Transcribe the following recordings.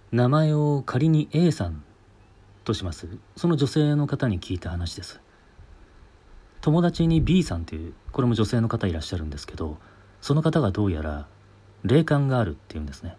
名前を仮に A さんとします。その女性の方に聞いた話です。友達に B さんという、これも女性の方いらっしゃるんですけど、その方がどうやら霊感があるっていうんですね。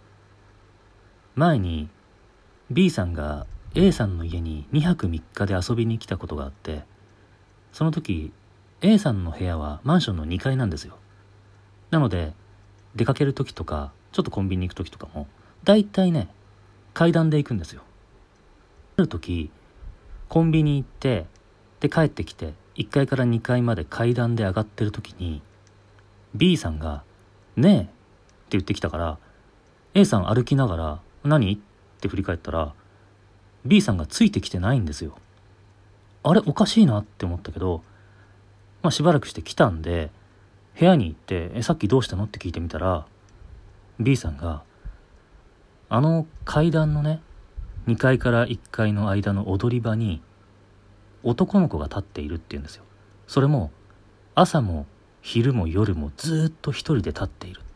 前に B さんが A さんの家に2泊3日で遊びに来たことがあって、その時 A さんの部屋はマンションの2階なんですよ。なので出かける時とかちょっとコンビニ行く時とかもだいたいね、階段で行くんですよ。ある時コンビニ行ってで帰ってきて1階から2階まで階段で上がってる時に B さんがねえって言ってきたから、 A さん歩きながら何って振り返ったら B さんがついてきてないんですよ。あれおかしいなって思ったけど、しばらくして来たんで部屋に行ってさっきどうしたのって聞いてみたら、 B さんがあの階段のね、2階から1階の間の踊り場に男の子が立っているって言うんですよ。それも朝も昼も夜もずっと一人で立っているって。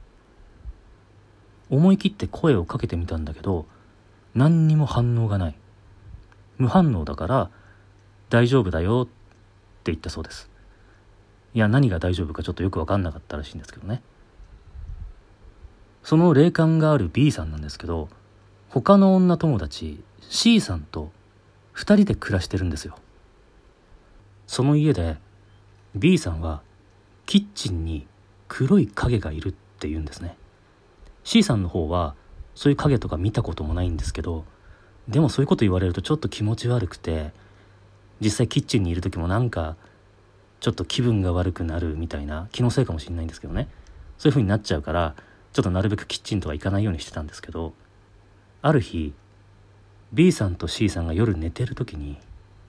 思い切って声をかけてみたんだけど何にも反応がない。無反応だから大丈夫だよって言ったそうです。いや、何が大丈夫かちょっとよく分かんなかったらしいんですけどね。その霊感がある B さんなんですけど、他の女友達 C さんと2人で暮らしてるんですよ。その家で B さんはキッチンに黒い影がいるって言うんですね。 C さんの方はそういう影とか見たこともないんですけど、でもそういうこと言われるとちょっと気持ち悪くて、実際キッチンにいる時もなんかちょっと気分が悪くなるみたいな、気のせいかもしれないんですけどね、そういう風になっちゃうからちょっとなるべくキッチンとか行かないようにしてたんですけど、ある日 B さんと C さんが夜寝てる時に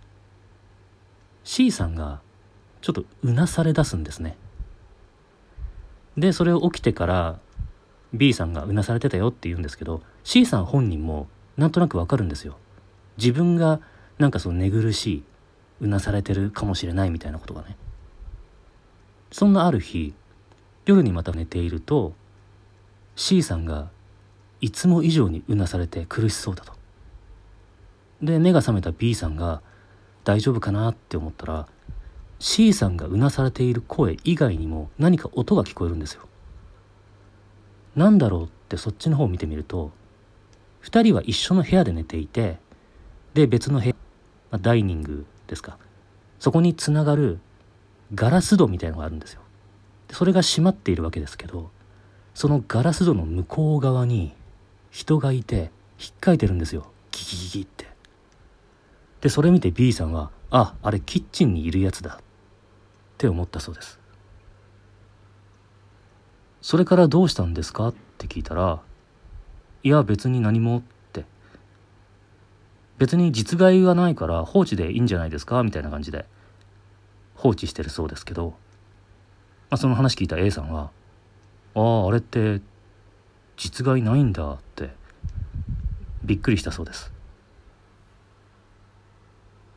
C さんがちょっとうなされ出すんですね。でそれを起きてから B さんがうなされてたよって言うんですけど、 C さん本人もなんとなくわかるんですよ。自分がなんかその寝苦しいうなされてるかもしれないみたいなことがね。そんなある日夜にまた寝ていると C さんがいつも以上にうなされて苦しそうだと。で目が覚めた B さんが大丈夫かなって思ったら C さんがうなされている声以外にも何か音が聞こえるんですよ。なんだろうってそっちの方を見てみると、2人は一緒の部屋で寝ていて、で別の部屋、ダイニングですか、そこにつながるガラス戸みたいなのがあるんですよ。でそれが閉まっているわけですけど、そのガラス戸の向こう側に人がいて引っかいてるんですよ、キキキキって。でそれ見て B さんはあれキッチンにいるやつだって思ったそうです。それからどうしたんですかって聞いたら、いや別に何もって、別に実害はないから放置でいいんじゃないですかみたいな感じで放置してるそうですけど、その話聞いた A さんはあれって実害ないんだってびっくりしたそうです。